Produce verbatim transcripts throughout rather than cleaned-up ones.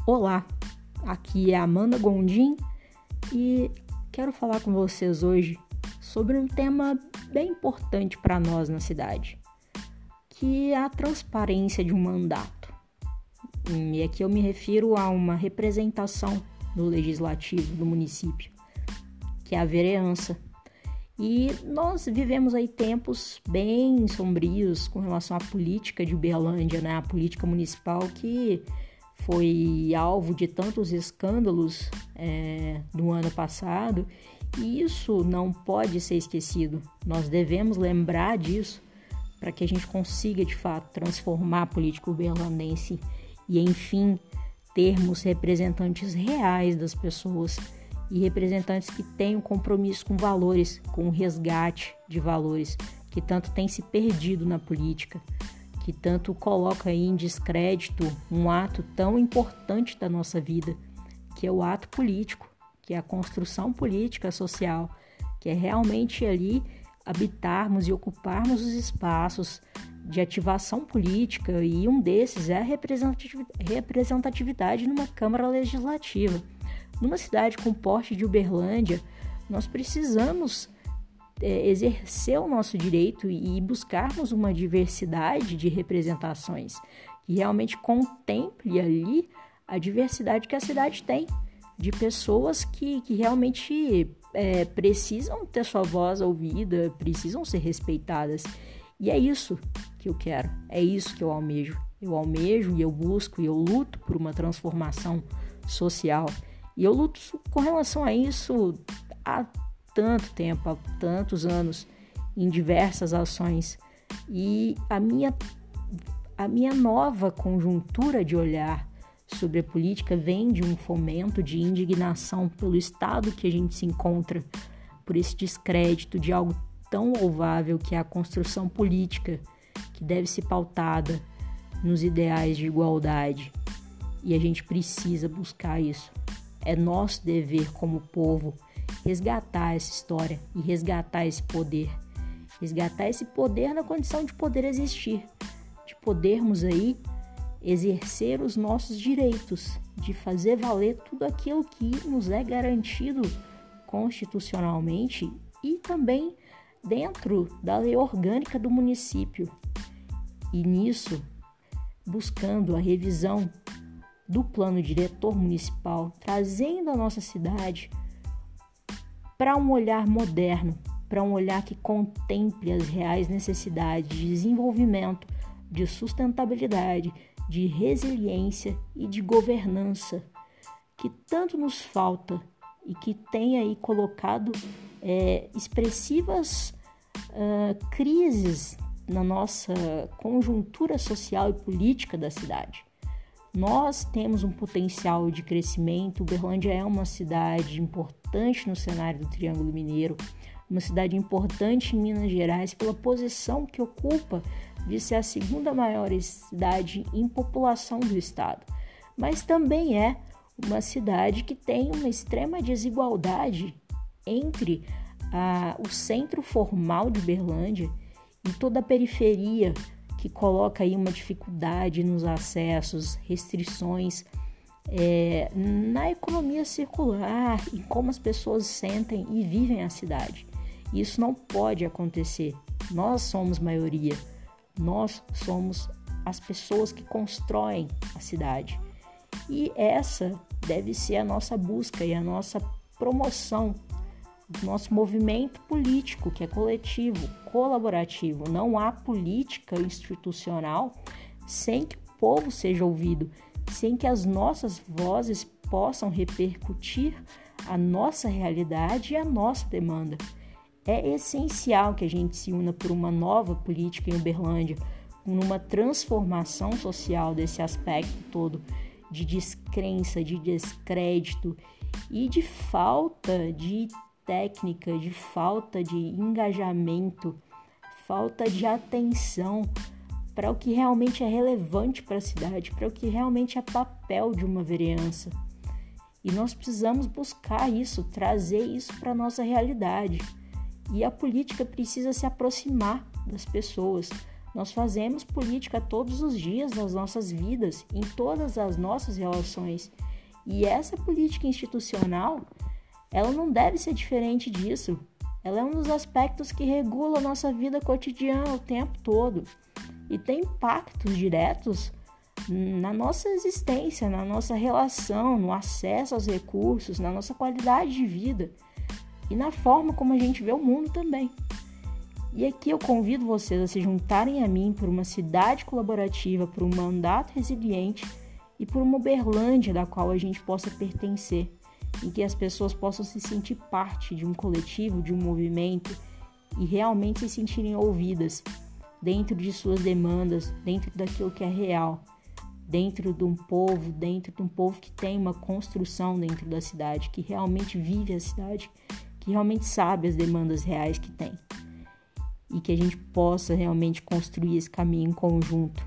Olá, aqui é Amanda Gondim e quero falar com vocês hoje sobre um tema bem importante para nós na cidade, que é a transparência de um mandato. E aqui eu me refiro a uma representação do legislativo do município, que é a vereança. E nós vivemos aí tempos bem sombrios com relação à política de Uberlândia, né? A política municipal que foi alvo de tantos escândalos é, no ano passado, e isso não pode ser esquecido. Nós devemos lembrar disso para que a gente consiga, de fato, transformar a política uberlandense e, enfim, termos representantes reais das pessoas e representantes que tenham compromisso com valores, com o resgate de valores que tanto tem se perdido na política, que tanto coloca em descrédito um ato tão importante da nossa vida, que é o ato político, que é a construção política social, que é realmente ali habitarmos e ocuparmos os espaços de ativação política, e um desses é a representatividade numa Câmara Legislativa. Numa cidade com porte de Uberlândia, nós precisamos é, exercer o nosso direito e buscarmos uma diversidade de representações que realmente contemple ali a diversidade que a cidade tem, de pessoas que, que realmente é, precisam ter sua voz ouvida, precisam ser respeitadas. E é isso que eu quero, é isso que eu almejo. Eu almejo e eu busco e eu luto por uma transformação social. E eu luto com relação a isso há tanto tempo, há tantos anos, em diversas ações. E a minha, a minha nova conjuntura de olhar sobre a política vem de um fomento de indignação pelo estado que a gente se encontra, por esse descrédito de algo tão louvável que é a construção política, que deve ser pautada nos ideais de igualdade. E a gente precisa buscar isso. É nosso dever como povo resgatar essa história e resgatar esse poder. Resgatar esse poder na condição de poder existir, de podermos aí exercer os nossos direitos, de fazer valer tudo aquilo que nos é garantido constitucionalmente e também dentro da lei orgânica do município. E nisso, buscando a revisão do plano diretor municipal, trazendo a nossa cidade para um olhar moderno, para um olhar que contemple as reais necessidades de desenvolvimento, de sustentabilidade, de resiliência e de governança, que tanto nos falta e que tem aí colocado é, expressivas uh, crises na nossa conjuntura social e política da cidade. Nós temos um potencial de crescimento. Uberlândia é uma cidade importante no cenário do Triângulo Mineiro, uma cidade importante em Minas Gerais pela posição que ocupa de ser a segunda maior cidade em população do estado. Mas também é uma cidade que tem uma extrema desigualdade entre a, o centro formal de Uberlândia e toda a periferia, que coloca aí uma dificuldade nos acessos, restrições é, na economia circular, em como as pessoas sentem e vivem a cidade. Isso não pode acontecer. Nós somos maioria, nós somos as pessoas que constroem a cidade. E essa deve ser a nossa busca e a nossa promoção do nosso movimento político, que é coletivo, colaborativo. Não há política institucional sem que o povo seja ouvido, sem que as nossas vozes possam repercutir a nossa realidade e a nossa demanda. É essencial que a gente se una por uma nova política em Uberlândia, numa transformação social desse aspecto todo de descrença, de descrédito e de falta de técnica, de falta de engajamento, falta de atenção para o que realmente é relevante para a cidade, para o que realmente é papel de uma vereança. E nós precisamos buscar isso, trazer isso para a nossa realidade. E a política precisa se aproximar das pessoas. Nós fazemos política todos os dias nas nossas vidas, em todas as nossas relações. E essa política institucional, ela não deve ser diferente disso. Ela é um dos aspectos que regula a nossa vida cotidiana o tempo todo e tem impactos diretos na nossa existência, na nossa relação, no acesso aos recursos, na nossa qualidade de vida e na forma como a gente vê o mundo também. E aqui eu convido vocês a se juntarem a mim por uma cidade colaborativa, por um mandato resiliente e por uma Uberlândia da qual a gente possa pertencer, em que as pessoas possam se sentir parte de um coletivo, de um movimento e realmente se sentirem ouvidas dentro de suas demandas, dentro daquilo que é real, dentro de um povo, dentro de um povo que tem uma construção dentro da cidade, que realmente vive a cidade, que realmente sabe as demandas reais que tem. E que a gente possa realmente construir esse caminho em conjunto.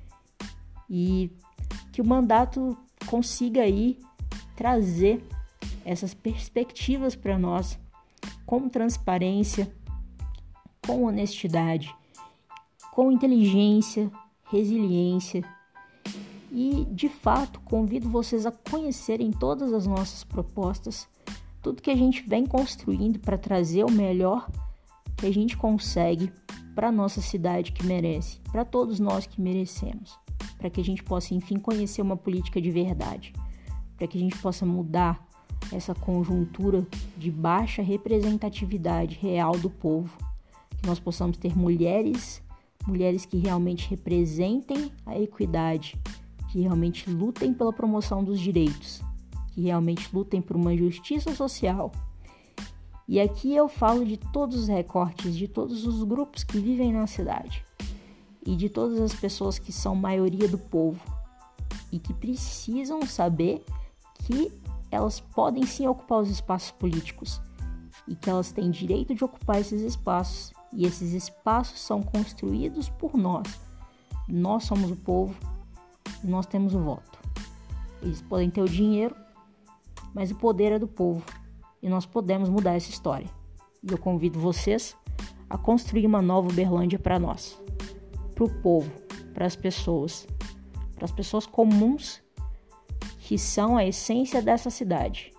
E que o mandato consiga aí trazer essas perspectivas para nós com transparência, com honestidade, com inteligência, resiliência. E, de fato, convido vocês a conhecerem todas as nossas propostas, tudo que a gente vem construindo para trazer o melhor que a gente consegue para a nossa cidade que merece, para todos nós que merecemos, para que a gente possa, enfim, conhecer uma política de verdade, para que a gente possa mudar essa conjuntura de baixa representatividade real do povo, que nós possamos ter mulheres, mulheres que realmente representem a equidade, que realmente lutem pela promoção dos direitos, que realmente lutem por uma justiça social. E aqui eu falo de todos os recortes, de todos os grupos que vivem na cidade e de todas as pessoas que são maioria do povo e que precisam saber que elas podem sim ocupar os espaços políticos e que elas têm direito de ocupar esses espaços, e esses espaços são construídos por nós. Nós somos o povo e nós temos o voto. Eles podem ter o dinheiro, mas o poder é do povo. E nós podemos mudar essa história. E eu convido vocês a construir uma nova Uberlândia para nós, para o povo, para as pessoas, para as pessoas comuns que são a essência dessa cidade.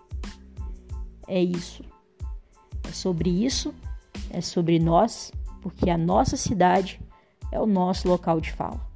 É isso. É sobre isso, é sobre nós, porque a nossa cidade é o nosso local de fala.